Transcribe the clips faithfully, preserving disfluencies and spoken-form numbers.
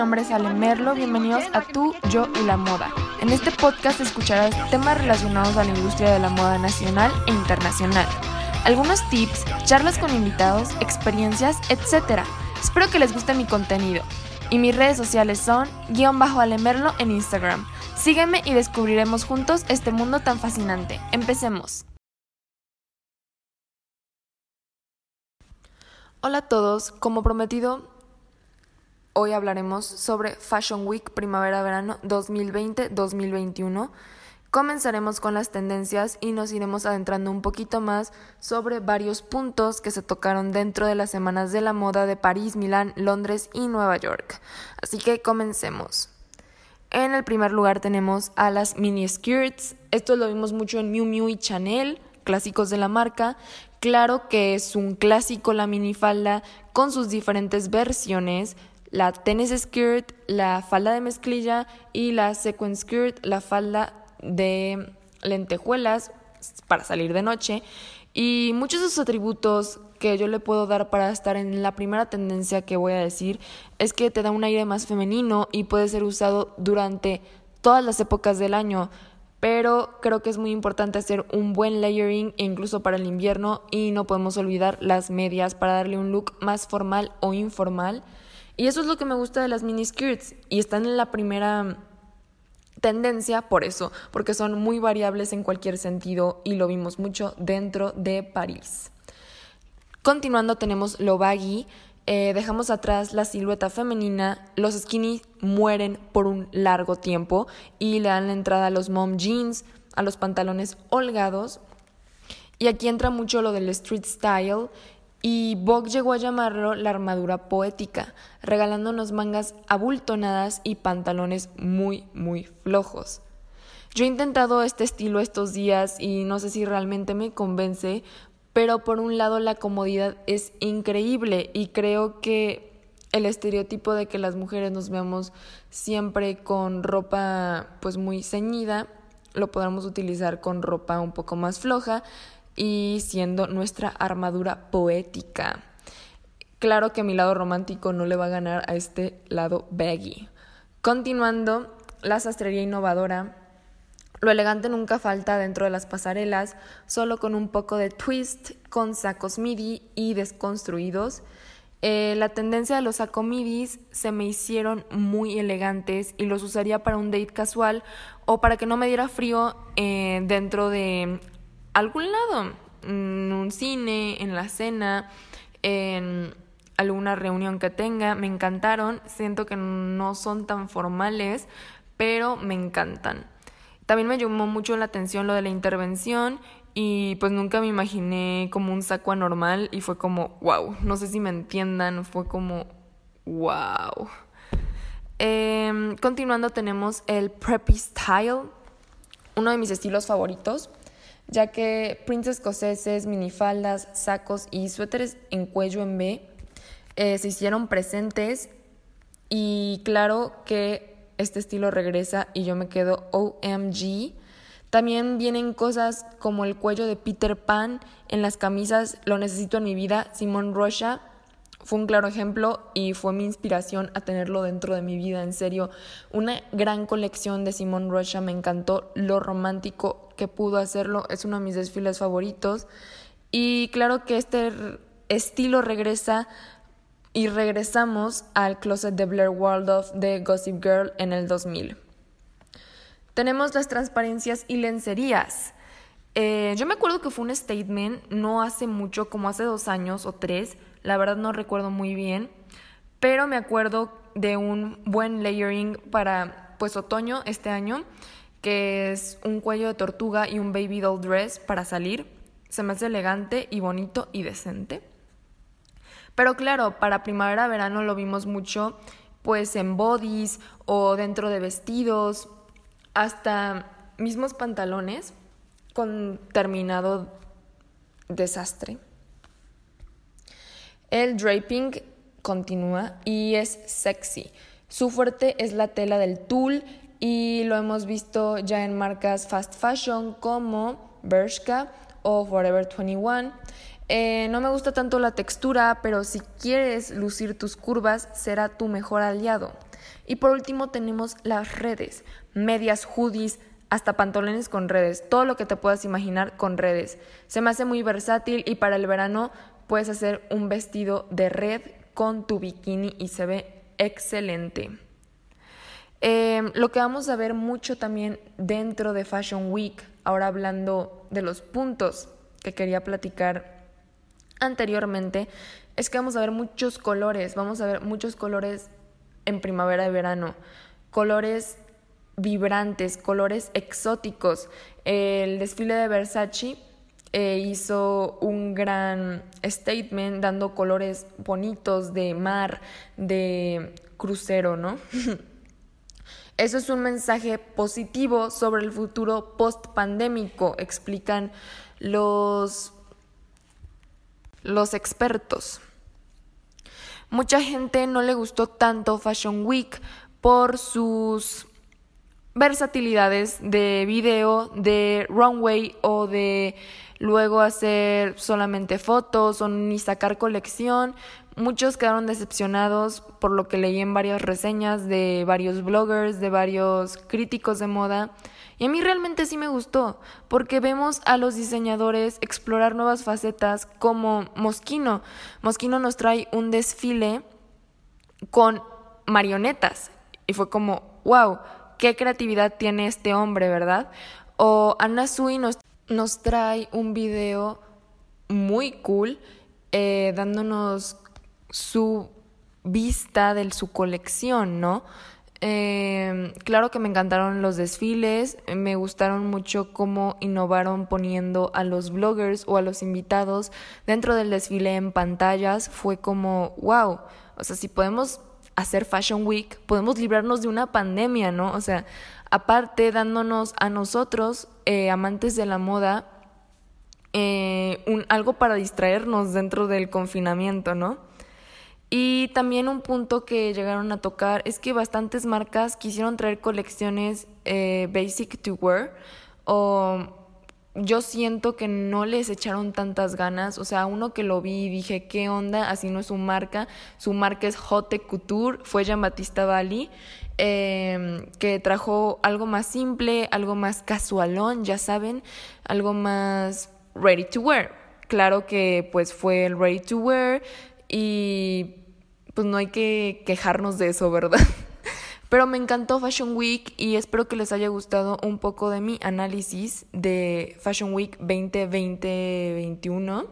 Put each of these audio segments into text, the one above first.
Mi nombre es Ale Merlo, bienvenidos a Tú, Yo y la Moda. En este podcast escucharás temas relacionados a la industria de la moda nacional e internacional. Algunos tips, charlas con invitados, experiencias, etcétera. Espero que les guste mi contenido. Y mis redes sociales son guión bajo Ale Merlo en Instagram. Sígueme y descubriremos juntos este mundo tan fascinante. Empecemos. Hola a todos, como prometido, hoy hablaremos sobre Fashion Week Primavera-Verano dos mil veinte dos mil veintiuno. Comenzaremos con las tendencias y nos iremos adentrando un poquito más sobre varios puntos que se tocaron dentro de las semanas de la moda de París, Milán, Londres y Nueva York. Así que comencemos. En el primer lugar tenemos a las mini skirts. Esto lo vimos mucho en Miu Miu y Chanel, clásicos de la marca. Claro que es un clásico la minifalda con sus diferentes versiones, la tennis skirt, la falda de mezclilla y la sequin skirt, la falda de lentejuelas para salir de noche. Y muchos de sus atributos que yo le puedo dar para estar en la primera tendencia que voy a decir es que te da un aire más femenino y puede ser usado durante todas las épocas del año. Pero creo que es muy importante hacer un buen layering incluso para el invierno y no podemos olvidar las medias para darle un look más formal o informal. Y eso es lo que me gusta de las mini skirts y están en la primera tendencia por eso, porque son muy variables en cualquier sentido y lo vimos mucho dentro de París. Continuando tenemos lo baggy. Eh, dejamos atrás la silueta femenina, los skinny mueren por un largo tiempo y le dan la entrada a los mom jeans, a los pantalones holgados, y aquí entra mucho lo del street style y Vogue llegó a llamarlo la armadura poética, regalándonos mangas abultonadas y pantalones muy muy flojos. Yo he intentado este estilo estos días y no sé si realmente me convence, pero por un lado la comodidad es increíble y creo que el estereotipo de que las mujeres nos veamos siempre con ropa pues muy ceñida, lo podamos utilizar con ropa un poco más floja y siendo nuestra armadura poética. Claro que mi lado romántico no le va a ganar a este lado baggy. Continuando, la sastrería innovadora. Lo elegante nunca falta dentro de las pasarelas, solo con un poco de twist, con sacos midi y desconstruidos. Eh, la tendencia de los sacos midis se me hicieron muy elegantes y los usaría para un date casual o para que no me diera frío eh, dentro de algún lado, en un cine, en la cena, en alguna reunión que tenga. Me encantaron, siento que no son tan formales, pero me encantan. También me llamó mucho la atención lo de la intervención y pues nunca me imaginé como un saco anormal y fue como wow, no sé si me entiendan, fue como wow. Eh, continuando tenemos el preppy style, uno de mis estilos favoritos, ya que prints escoceses, minifaldas, sacos y suéteres en cuello en V eh, se hicieron presentes y claro que este estilo regresa y yo me quedo O M G. También vienen cosas como el cuello de Peter Pan en las camisas, lo necesito en mi vida. Simone Rocha fue un claro ejemplo y fue mi inspiración a tenerlo dentro de mi vida, en serio. Una gran colección de Simone Rocha, me encantó lo romántico que pudo hacerlo, es uno de mis desfiles favoritos. Y claro que este estilo regresa y regresamos al closet de Blair Waldorf de Gossip Girl en el dos mil. Tenemos las transparencias y lencerías. Eh, yo me acuerdo que fue un statement no hace mucho, como hace dos años o tres, la verdad no recuerdo muy bien, pero me acuerdo de un buen layering para pues otoño este año, que es un cuello de tortuga y un baby doll dress para salir. Se me hace elegante y bonito y decente. Pero claro, para primavera-verano lo vimos mucho pues en bodies o dentro de vestidos, hasta mismos pantalones con terminado desastre. El draping continúa y es sexy. Su fuerte es la tela del tulle y lo hemos visto ya en marcas fast fashion como Bershka o Forever veintiuno. Eh, no me gusta tanto la textura, pero si quieres lucir tus curvas, será tu mejor aliado. Y por último tenemos las redes, medias, hoodies, hasta pantalones con redes, todo lo que te puedas imaginar con redes. Se me hace muy versátil y para el verano puedes hacer un vestido de red con tu bikini y se ve excelente. Eh, lo que vamos a ver mucho también dentro de Fashion Week, ahora hablando de los puntos que quería platicar anteriormente, es que vamos a ver muchos colores, vamos a ver muchos colores en primavera y verano, colores vibrantes, colores exóticos. El desfile de Versace eh, hizo un gran statement dando colores bonitos de mar, de crucero, ¿no? Eso es un mensaje positivo sobre el futuro post-pandémico, explican los, los expertos. Mucha gente no le gustó tanto Fashion Week por sus versatilidades de video, de runway o de luego hacer solamente fotos o ni sacar colección. Muchos quedaron decepcionados por lo que leí en varias reseñas de varios bloggers, de varios críticos de moda. Y a mí realmente sí me gustó, porque vemos a los diseñadores explorar nuevas facetas como Moschino. Moschino nos trae un desfile con marionetas y fue como, wow, qué creatividad tiene este hombre, ¿verdad? O Anna Sui nos, nos trae un video muy cool eh, dándonos su vista de su colección, ¿no? Eh, claro que me encantaron los desfiles, me gustaron mucho cómo innovaron poniendo a los bloggers o a los invitados dentro del desfile en pantallas. Fue como, wow, o sea, si podemos hacer Fashion Week, podemos librarnos de una pandemia, ¿no? O sea, aparte dándonos a nosotros, eh, amantes de la moda, eh, un, algo para distraernos dentro del confinamiento, ¿no? Y también un punto que llegaron a tocar es que bastantes marcas quisieron traer colecciones eh, basic to wear, o yo siento que no les echaron tantas ganas. O sea, uno que lo vi y dije, ¿qué onda? Así no es su marca. Su marca es Haute Couture, fue Jean-Baptiste Valli, eh, que trajo algo más simple, algo más casualón, ya saben, algo más ready to wear. Claro que pues fue el ready to wear y pues no hay que quejarnos de eso, ¿verdad? Pero me encantó Fashion Week y espero que les haya gustado un poco de mi análisis de Fashion Week veinte veinte veintiuno.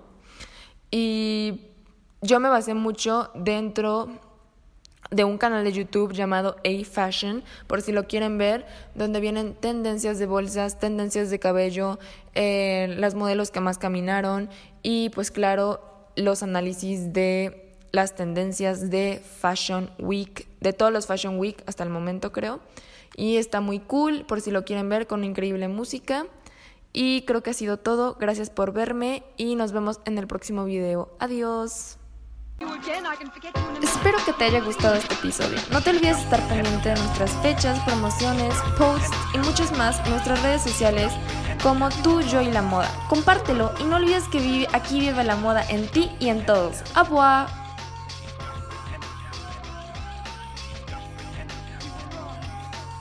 Y yo me basé mucho dentro de un canal de YouTube llamado A Fashion, por si lo quieren ver, donde vienen tendencias de bolsas, tendencias de cabello, eh, las modelos que más caminaron y pues claro, los análisis de las tendencias de Fashion Week, de todos los Fashion Week hasta el momento creo, y está muy cool por si lo quieren ver, con increíble música. Y creo que ha sido todo, gracias por verme y nos vemos en el próximo video. Adiós. Espero que te haya gustado este episodio. No te olvides estar pendiente de nuestras fechas, promociones, posts y muchos más en nuestras redes sociales como Tú, Yo y la Moda. Compártelo y no olvides que vive, aquí vive la moda en ti y en todos. ¡Au revoir!